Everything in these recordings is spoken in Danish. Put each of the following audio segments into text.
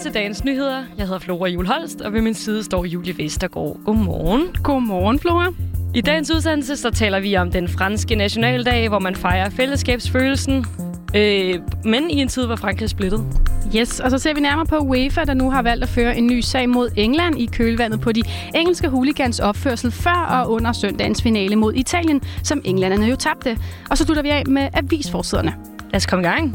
til dagens nyheder. Jeg hedder Flora Juhl Holst, og ved min side står Julie Vestergaard. Godmorgen. Godmorgen, Flora. I dagens udsendelse så taler vi om den franske nationaldag, hvor man fejrer fællesskabsfølelsen. Men i en tid, hvor Frankrig er splittet. Yes, og så ser vi nærmere på UEFA, der nu har valgt at føre en ny sag mod England i kølvandet på de engelske hooligans opførsel før og under søndagens finale mod Italien, som englænderne jo tabte. Og så slutter vi af med avisforsiderne. Lad os komme i gang.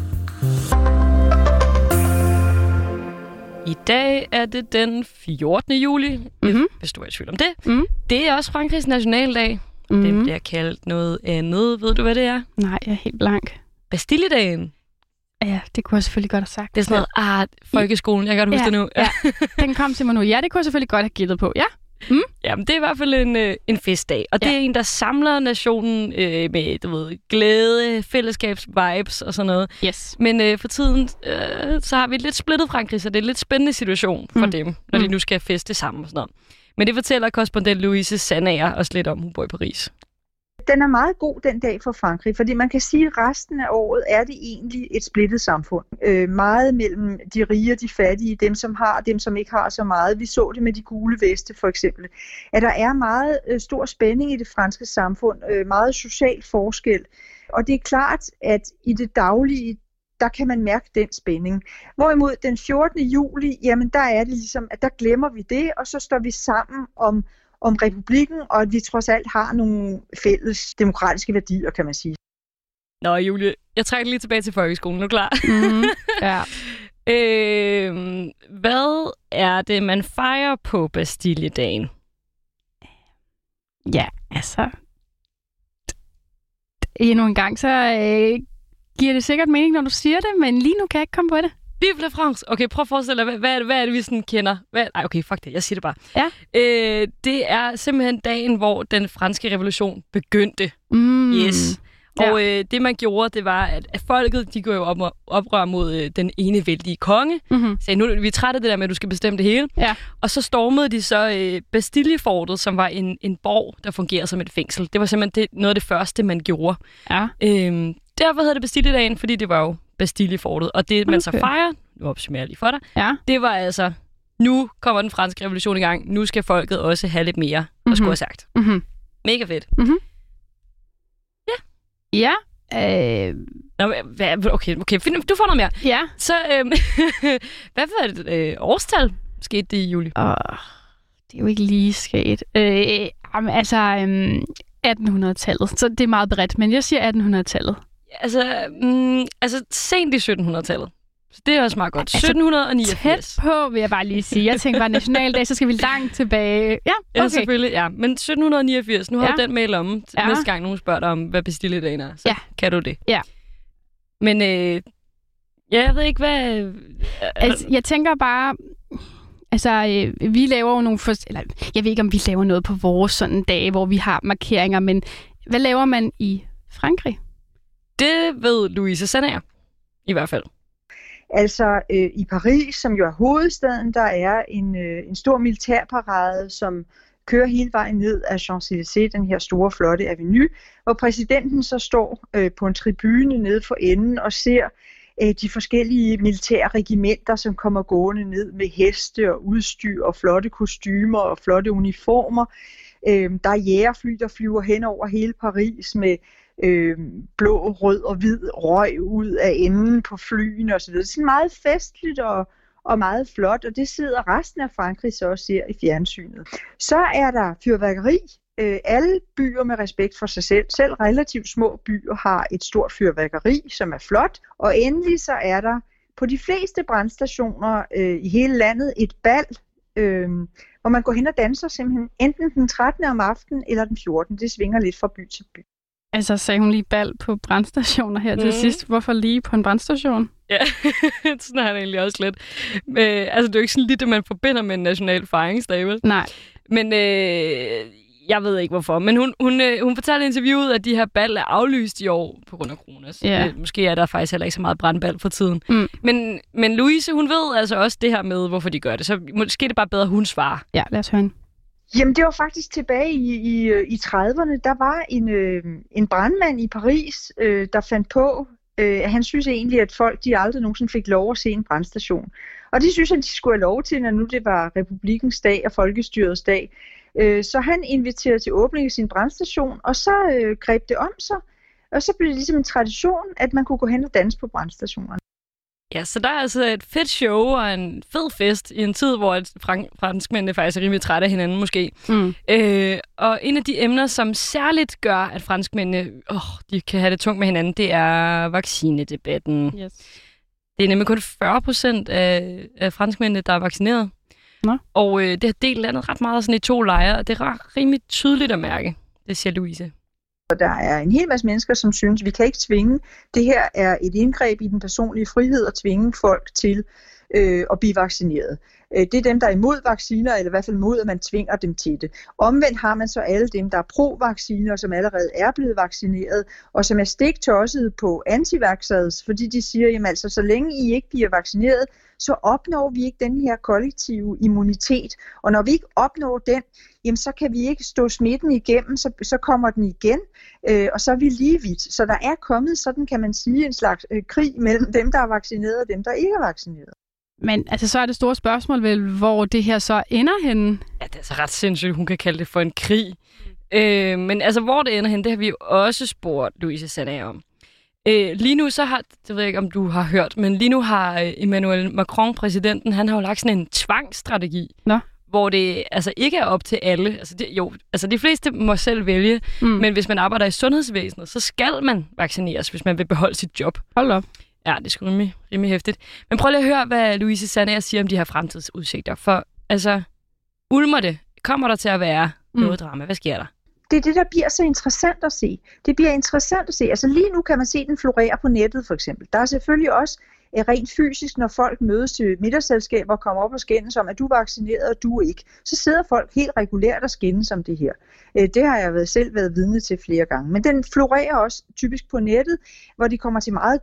I dag er det den 14. juli, hvis du er i tvivl om det. Det er også Frankrigs nationaldag. Det bliver kaldt noget andet. Ved du, hvad det er? Nej, jeg er helt blank. Bastilledagen. Ja, det kunne jeg selvfølgelig godt have sagt. Det er sådan noget, folkeskolen, jeg kan godt huske det nu. Ja, den kom til mig nu. Ja, det kunne jeg selvfølgelig godt have gættet på, ja. Jamen, det er i hvert fald en festdag, og det er en, der samler nationen med, du ved, glæde, fællesskabs-vibes og sådan noget. Yes. Men for tiden, så har vi et lidt splittet Frankrig, så det er en lidt spændende situation for dem, når de nu skal feste sammen og sådan noget. Men det fortæller korrespondent Louise Sandager også lidt om, hun bor i Paris. Den er meget god den dag for Frankrig, fordi man kan sige, at resten af året er det egentlig et splittet samfund. Meget mellem de rige og de fattige, dem som har og dem som ikke har så meget. Vi så det med de gule veste for eksempel. At der er meget stor spænding i det franske samfund, meget social forskel. Og det er klart, at i det daglige, der kan man mærke den spænding. Hvorimod den 14. juli, jamen der er det ligesom, at der glemmer vi det, og så står vi sammen om republikken, og at vi trods alt har nogle fælles demokratiske værdier, kan man sige. Nå, Julie, jeg trækker lige tilbage til folkeskolen. Er du klar? Ja. Hvad er det, man fejrer på Bastilledagen? Ja, altså... Endnu en gang, så giver det sikkert mening, når du siger det, men lige nu kan jeg ikke komme på det. Vive la France. Okay, prøv at forestille dig, hvad er det, vi sådan kender? Okay, fuck det, jeg siger det bare. Ja. Det er simpelthen dagen, hvor den franske revolution begyndte. Yes. Og det, man gjorde, det var, at folket, de går jo oprør mod den enevældige konge. Så nu vi er trætte af det der med, at du skal bestemme det hele. Ja. Og så stormede de så Bastillefortet, som var en borg, der fungerede som et fængsel. Det var simpelthen noget af det første, man gjorde. Ja. Derfor hedder det Bastilledagen, fordi det var jo Bastillefortet. Og det, man så fejrer, nu opsummerer jeg lige for dig, det var altså, nu kommer den franske revolution i gang. Nu skal folket også have lidt mere, og skulle have sagt. Mega fedt. Ja. Okay, du får noget mere. Ja. Så, hvad for et årstal skete det i juli? Det er jo ikke lige sket. 1800-tallet. Så det er meget bredt, men jeg siger 1800-tallet. Altså sent i 1700-tallet. Så det er også meget godt. 1789. Tæt på, vil jeg bare lige sige. Jeg tænker bare nationaldag, så skal vi langt tilbage. Ja, okay. Ja, selvfølgelig, ja. Men 1789, nu har du den med i lommen. Næste gang nogen spørger dig om, hvad Bastilledagen er, så kan du det. Ja. Men jeg ved ikke, hvad... jeg tænker bare... vi laver jo nogle... jeg ved ikke, om vi laver noget på vores sådan dage, hvor vi har markeringer, men hvad laver man i Frankrig? Det ved Louise Sandager, i hvert fald. Altså i Paris, som jo er hovedstaden, der er en stor militærparade, som kører hele vejen ned af Champs-Élysées, den her store, flotte avenue, hvor præsidenten så står på en tribune nede for enden og ser de forskellige militære regimenter, som kommer gående ned med heste og udstyr og flotte kostymer og flotte uniformer. Der er jægerfly, der flyver hen over hele Paris med blå, rød og hvid røg ud af enden på flyene osv. Det er sådan meget festligt og meget flot, og det sidder resten af Frankrig så også ser i fjernsynet. Så er der fyrværkeri. Alle byer med respekt for sig selv, selv relativt små byer, har et stort fyrværkeri, som er flot. Og endelig så er der på de fleste brandstationer i hele landet et bal, hvor man går hen og danser simpelthen enten den 13. om aftenen eller den 14. Det svinger lidt fra by til by. Altså, sagde hun lige bal på brandstationer her til sidst. Hvorfor lige på en brandstation? Ja, sådan har han egentlig også lidt. Det er jo ikke sådan lidt, det man forbinder med en national fejringsdag, vel? Nej. Men jeg ved ikke hvorfor. Men hun fortalte i interviewet, at de her bal er aflyst i år på grund af corona. Ja. Måske er der faktisk heller ikke så meget brandbal for tiden. Men Louise, hun ved altså også det her med, hvorfor de gør det. Så måske er det bare bedre, at hun svarer. Ja, lad os høre hende. Jamen, det var faktisk tilbage i 30'erne. Der var en brandmand i Paris, der fandt på, han synes egentlig, at folk de aldrig nogensinde fik lov at se en brandstation. Og det synes jeg, de skulle have lov til, når nu det var republikens dag og folkestyrets dag. Så han inviterede til åbning af sin brandstation, og så greb det om sig. Og så blev det ligesom en tradition, at man kunne gå hen og danse på brandstationerne. Ja, så der er altså et fedt show og en fed fest i en tid, hvor franskmændene faktisk er rimelig trætte af hinanden måske. Og en af de emner, som særligt gør, at franskmændene de kan have det tungt med hinanden, det er vaccinedebatten. Yes. Det er nemlig kun 40% af franskmændene, der er vaccineret. Nå. Og det har delt landet ret meget sådan i 2 lejre, og det er rimelig tydeligt at mærke. Det siger Louise. Og der er en hel masse mennesker, som synes, at vi kan ikke tvinge. Det her er et indgreb i den personlige frihed at tvinge folk til at blive vaccineret. Det er dem, der er imod vacciner, eller i hvert fald imod, at man tvinger dem til det. Omvendt har man så alle dem, der er pro-vacciner, som allerede er blevet vaccineret, og som er stiktosset på antivaxxers, fordi de siger, jamen altså, så længe I ikke bliver vaccineret, så opnår vi ikke den her kollektive immunitet. Og når vi ikke opnår den, jamen så kan vi ikke stå smitten igennem, så kommer den igen, og så er vi lige vidt. Så der er kommet, sådan kan man sige, en slags krig mellem dem, der er vaccineret, og dem, der ikke er vaccineret. Men altså, så er det store spørgsmål vel, hvor det her så ender henne? Ja, det er altså ret sindssygt, hun kan kalde det for en krig. Men altså, hvor det ender henne, det har vi jo også spurgt Louise Sandager om. Lige nu så har, det ved jeg ikke, om du har hørt, men lige nu har Emmanuel Macron, præsidenten, han har jo lagt sådan en tvangsstrategi. Nå. Hvor det altså ikke er op til alle. Altså de fleste må selv vælge, men hvis man arbejder i sundhedsvæsenet, så skal man vaccineres, hvis man vil beholde sit job. Hold op. Ja, det er sgu rimelig hæftigt. Men prøv lige at høre, hvad Louise Sandager siger om de her fremtidsudsigter. For altså, ulmer det? Kommer der til at være noget drama? Hvad sker der? Det er det, der bliver så interessant at se. Det bliver interessant at se. Altså lige nu kan man se den florere på nettet for eksempel. Der er selvfølgelig også rent fysisk, når folk mødes til middagsselskaber og kommer op og skændes om, at du er vaccineret og du ikke. Så sidder folk helt regulært og skændes om det her. Det har jeg selv været vidne til flere gange. Men den florerer også typisk på nettet, hvor de kommer til meget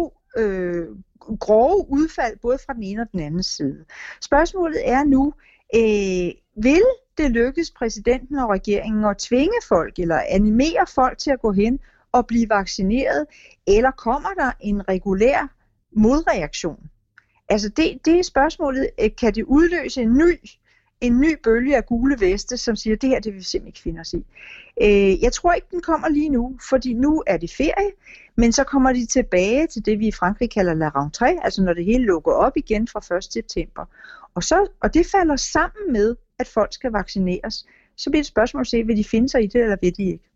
grove udfald, både fra den ene og den anden side. Spørgsmålet er nu, vil det lykkes præsidenten og regeringen at tvinge folk eller animere folk til at gå hen og blive vaccineret, eller kommer der en regulær modreaktion? Altså det er spørgsmålet, kan det udløse en ny bølge af gule veste, som siger, det her det vil vi simpelthen ikke finde os i. Jeg tror ikke, den kommer lige nu, fordi nu er det ferie, men så kommer de tilbage til det, vi i Frankrig kalder la rentrée, altså når det hele lukker op igen fra 1. september. Og det falder sammen med, at folk skal vaccineres. Så bliver det et spørgsmål at se, vil de finde sig i det, eller vil de ikke?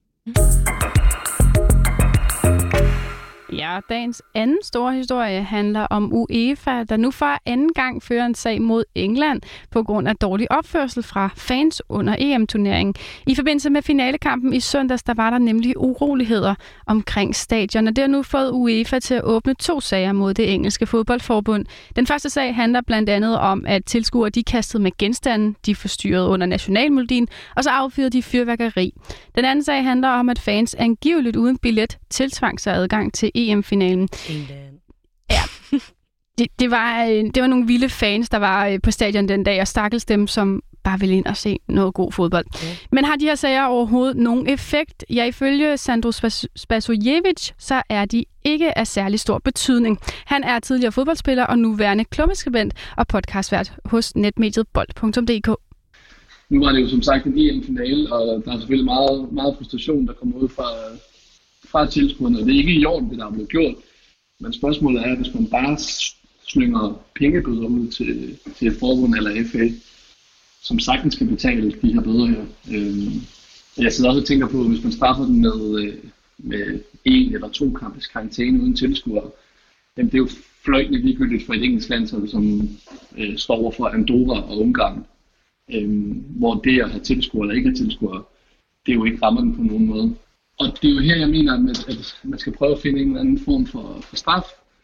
Ja, dagens anden store historie handler om UEFA, der nu for anden gang fører en sag mod England på grund af dårlig opførsel fra fans under EM-turneringen. I forbindelse med finalekampen i søndags, der var der nemlig uroligheder omkring stadion, og det har nu fået UEFA til at åbne 2 sager mod det engelske fodboldforbund. Den første sag handler blandt andet om, at tilskuere de kastede med genstande, de forstyrrede under nationalmelodien, og så affyrede de fyrværkeri. Den anden sag handler om, at fans angiveligt uden billet tiltvang sig adgang til EM-finalen. Ja, det var nogle vilde fans, der var på stadion den dag, og stakkels dem, som bare ville ind og se noget god fodbold. Okay. Men har de her sager overhovedet nogen effekt? Ja, ifølge Sandro Spasojevic, så er de ikke af særlig stor betydning. Han er tidligere fodboldspiller og nuværende klummeskribent og podcastvært hos netmediet bold.dk. Nu var det jo som sagt en EM-finale, og der er selvfølgelig meget, meget frustration, der kommer ud fra tilskuerne. Det er ikke i orden, det der er blevet gjort. Men spørgsmålet er, hvis man bare slynger pengebøder ud til et forbund eller FA, som sagtens skal betale de her bøder her. Jeg sidder også og tænker på, hvis man straffer den med 1 eller 2 kampes karantæne uden tilskuere, det er jo fløjtende ligegyldigt for et engelsk land, som står over for Andorra og Ungarn, hvor det at have tilskuere eller ikke have tilskuere, det er jo ikke rammer den på nogen måde. Og det er jo her, jeg mener, at man skal prøve at finde en eller anden form for straf,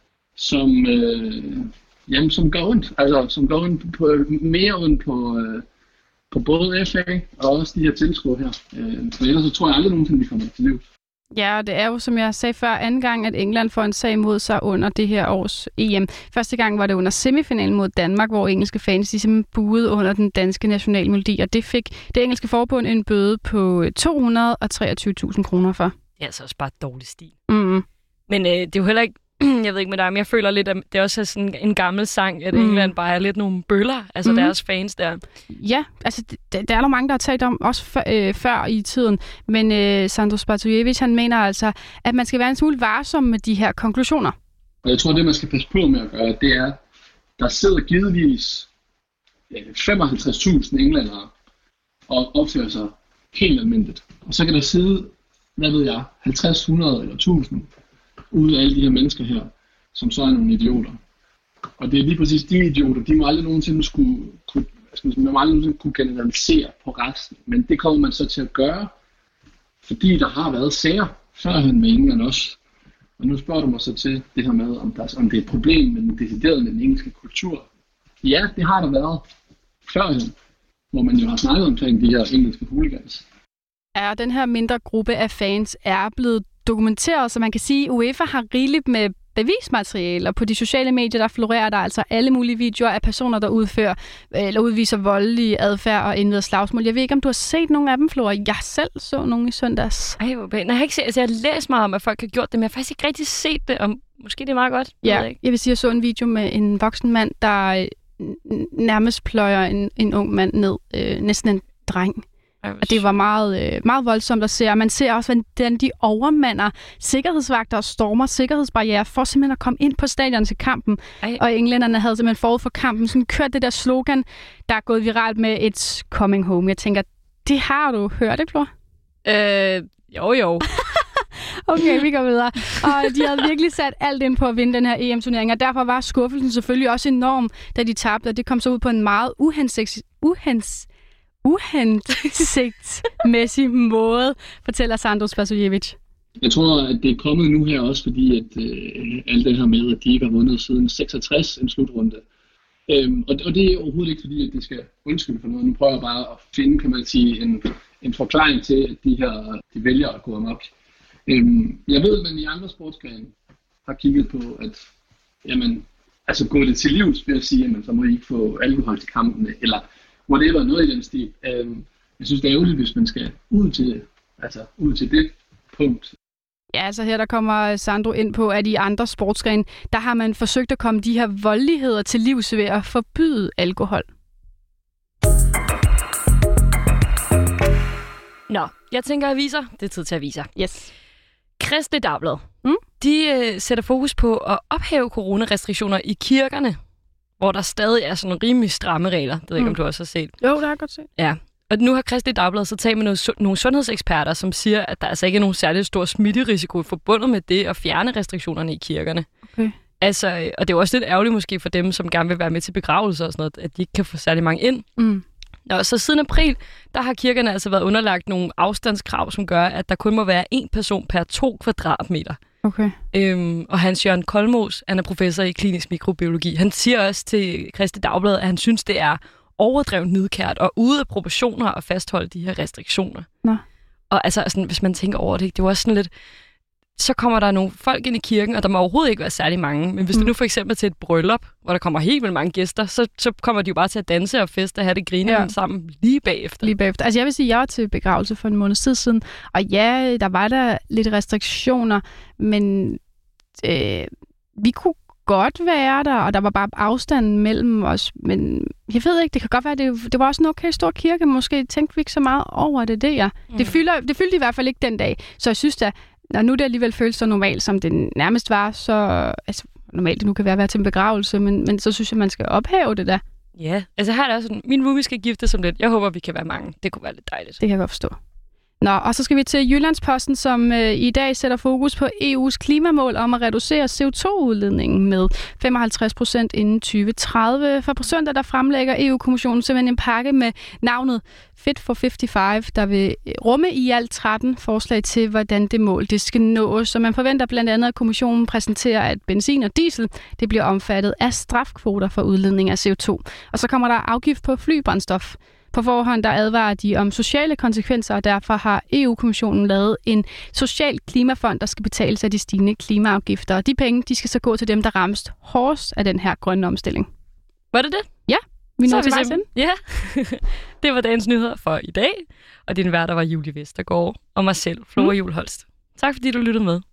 som går ondt. Altså, som går ondt på, mere ondt på både FA og også de her tilskuere her. For ellers så tror jeg aldrig nogensinde, vi kommer til liv. Ja, og det er jo, som jeg sagde før, anden gang, at England får en sag mod sig under det her års EM. Første gang var det under semifinalen mod Danmark, hvor engelske fans simpelthen buede under den danske nationalmelodi, og det fik det engelske forbund en bøde på 223.000 kroner for. Det er altså også bare dårlig stil. Mm-hmm. Men det er jo heller ikke jeg ved ikke med dig, men jeg føler lidt, at det også er sådan en gammel sang, at England bare er lidt nogle bøller, altså deres fans der. Ja, altså der er der mange, der har talt om, også før i tiden, men Sandro Spartajevic, han mener altså, at man skal være en smule varsom med de her konklusioner. Og jeg tror, det man skal passe på med at gøre, det er, der sidder givetvis 55.000 englændere og opfører sig helt almindeligt. Og så kan der sidde, hvad ved jeg, 50, 100 eller 1000 ude af alle de her mennesker her, som så er nogle idioter. Og det er lige præcis de idioter, de må aldrig nogensinde kunne generalisere på resten. Men det kommer man så til at gøre, fordi der har været sager førhen med England også. Og nu spørger du mig så til det her med, om det er et problem med den deciderede med den engelske kultur. Ja, det har der været førhen, hvor man jo har snakket omkring de her engelske hooligans. Ja, den her mindre gruppe af fans er blevet dokumenteret, så man kan sige, at UEFA har rigeligt med bevismateriale, og på de sociale medier, der florerer der altså alle mulige videoer af personer, der udfører eller udviser voldelig adfærd og indleder slagsmål. Jeg ved ikke, om du har set nogle af dem, Flora. Jeg selv så nogle i søndags. Ej, jeg har ikke set, altså jeg har læst meget om, at folk har gjort det, men jeg har faktisk ikke rigtig set det, og måske det er meget godt. Ja, jeg vil sige, jeg så en video med en voksen mand, der nærmest pløjer en ung mand ned, næsten en dreng. Og det var meget, meget voldsomt at se, og man ser også, hvordan de overmander sikkerhedsvagter og stormer sikkerhedsbarrierer for simpelthen at komme ind på stadion til kampen. Ej. Og englænderne havde simpelthen forud for kampen sådan kørt det der slogan, der er gået viralt med It's coming home. Jeg tænker, det har du hørt, ikke, Flor? Jo. Okay, vi går videre. Og de havde virkelig sat alt ind på at vinde den her EM-turnering, og derfor var skuffelsen selvfølgelig også enorm, da de tabte, og det kom så ud på en meget uhensigtsmæssig måde, fortæller Sandro Spartajevic. Jeg tror, at det er kommet nu her også, fordi at alt det her med, at de ikke har vundet siden 66 en slutrunde. Og det er overhovedet ikke fordi, at det skal undskylde for noget. Nu prøver jeg bare at finde, kan man sige, en forklaring til, at de vælger at gå amok. Jeg ved, at man i andre sportsgrene har kigget på, at altså gå det til livs ved at sige, at så må I ikke få alkohol til kampene, eller whatever, noget i den stil. Jeg synes, det er ærgerligt, hvis man skal ud til det punkt. Ja, altså her der kommer Sandro ind på, at i andre sportsgrene, der har man forsøgt at komme de her voldeligheder til livs ved at forbyde alkohol. Nå, jeg tænker aviser. Det er tid til aviser. Yes. Kristeligt Dagblad. De sætter fokus på at ophæve coronarestriktioner i kirkerne, hvor der stadig er sådan rimelig stramme regler. Det ved ikke, om du også har set. Jo, det har jeg godt set. Ja, og nu har Kristeligt Dagblad så talt med nogle sundhedseksperter, som siger, at der altså ikke er nogen særlig stor smitterisiko forbundet med det at fjerne restriktionerne i kirkerne. Okay. Altså, og det er også lidt ærgerligt måske for dem, som gerne vil være med til begravelser og sådan noget, at de ikke kan få særlig mange ind. Og så siden april, der har kirkerne altså været underlagt nogle afstandskrav, som gør, at der kun må være 1 person per 2 kvadratmeter. Okay. Og Hans Jørgen Kolmos, han er professor i klinisk mikrobiologi. Han siger også til Kristeligt Dagblad, at han synes, det er overdrevet nidkært og ude af proportioner at fastholde de her restriktioner. Nå. Og altså, sådan, hvis man tænker over det, det var også sådan lidt, så kommer der nogle folk ind i kirken, og der må overhovedet ikke være særlig mange. Men hvis det nu for eksempel til et bryllup, hvor der kommer helt vildt mange gæster, så kommer de jo bare til at danse og feste og have det grine sammen lige bagefter. Altså jeg vil sige, at jeg var til begravelse for en måned siden, og ja, der var der lidt restriktioner, men vi kunne godt være der, og der var bare afstanden mellem os, men jeg ved ikke, det kan godt være, det var også en okay stor kirke, måske tænkte vi ikke så meget over det der. Det fyldte i hvert fald ikke den dag, så jeg synes da, når nu det alligevel føles så normalt, som det nærmest var, så altså, normalt det nu kan være til en begravelse, men så synes jeg, man skal ophæve det der. Ja, altså her er det også sådan, min roomie skal gifte som lidt. Jeg håber, vi kan være mange. Det kunne være lidt dejligt. Det kan jeg godt forstå. Nå, og så skal vi til Jyllandsposten, som i dag sætter fokus på EU's klimamål om at reducere CO2-udledningen med 55% inden 2030. For procenter, der fremlægger EU-kommissionen simpelthen en pakke med navnet Fit for 55, der vil rumme i alt 13 forslag til, hvordan det mål det skal nås. Så man forventer blandt andet, at kommissionen præsenterer, at benzin og diesel det bliver omfattet af strafkvoter for udledning af CO2. Og så kommer der afgift på flybrændstof. På forhånd der advarer de om sociale konsekvenser, og derfor har EU-kommissionen lavet en social klimafond, der skal betales af de stigende klimaafgifter. Og de penge de skal så gå til dem, der rammes hårdest af den her grønne omstilling. Var det det? Ja, vi nåede til vejs ende. Ja, det var dagens nyheder for i dag. Og din vært var Julie Vestergaard og mig selv, Flora Juhl Holst. Tak fordi du lyttede med.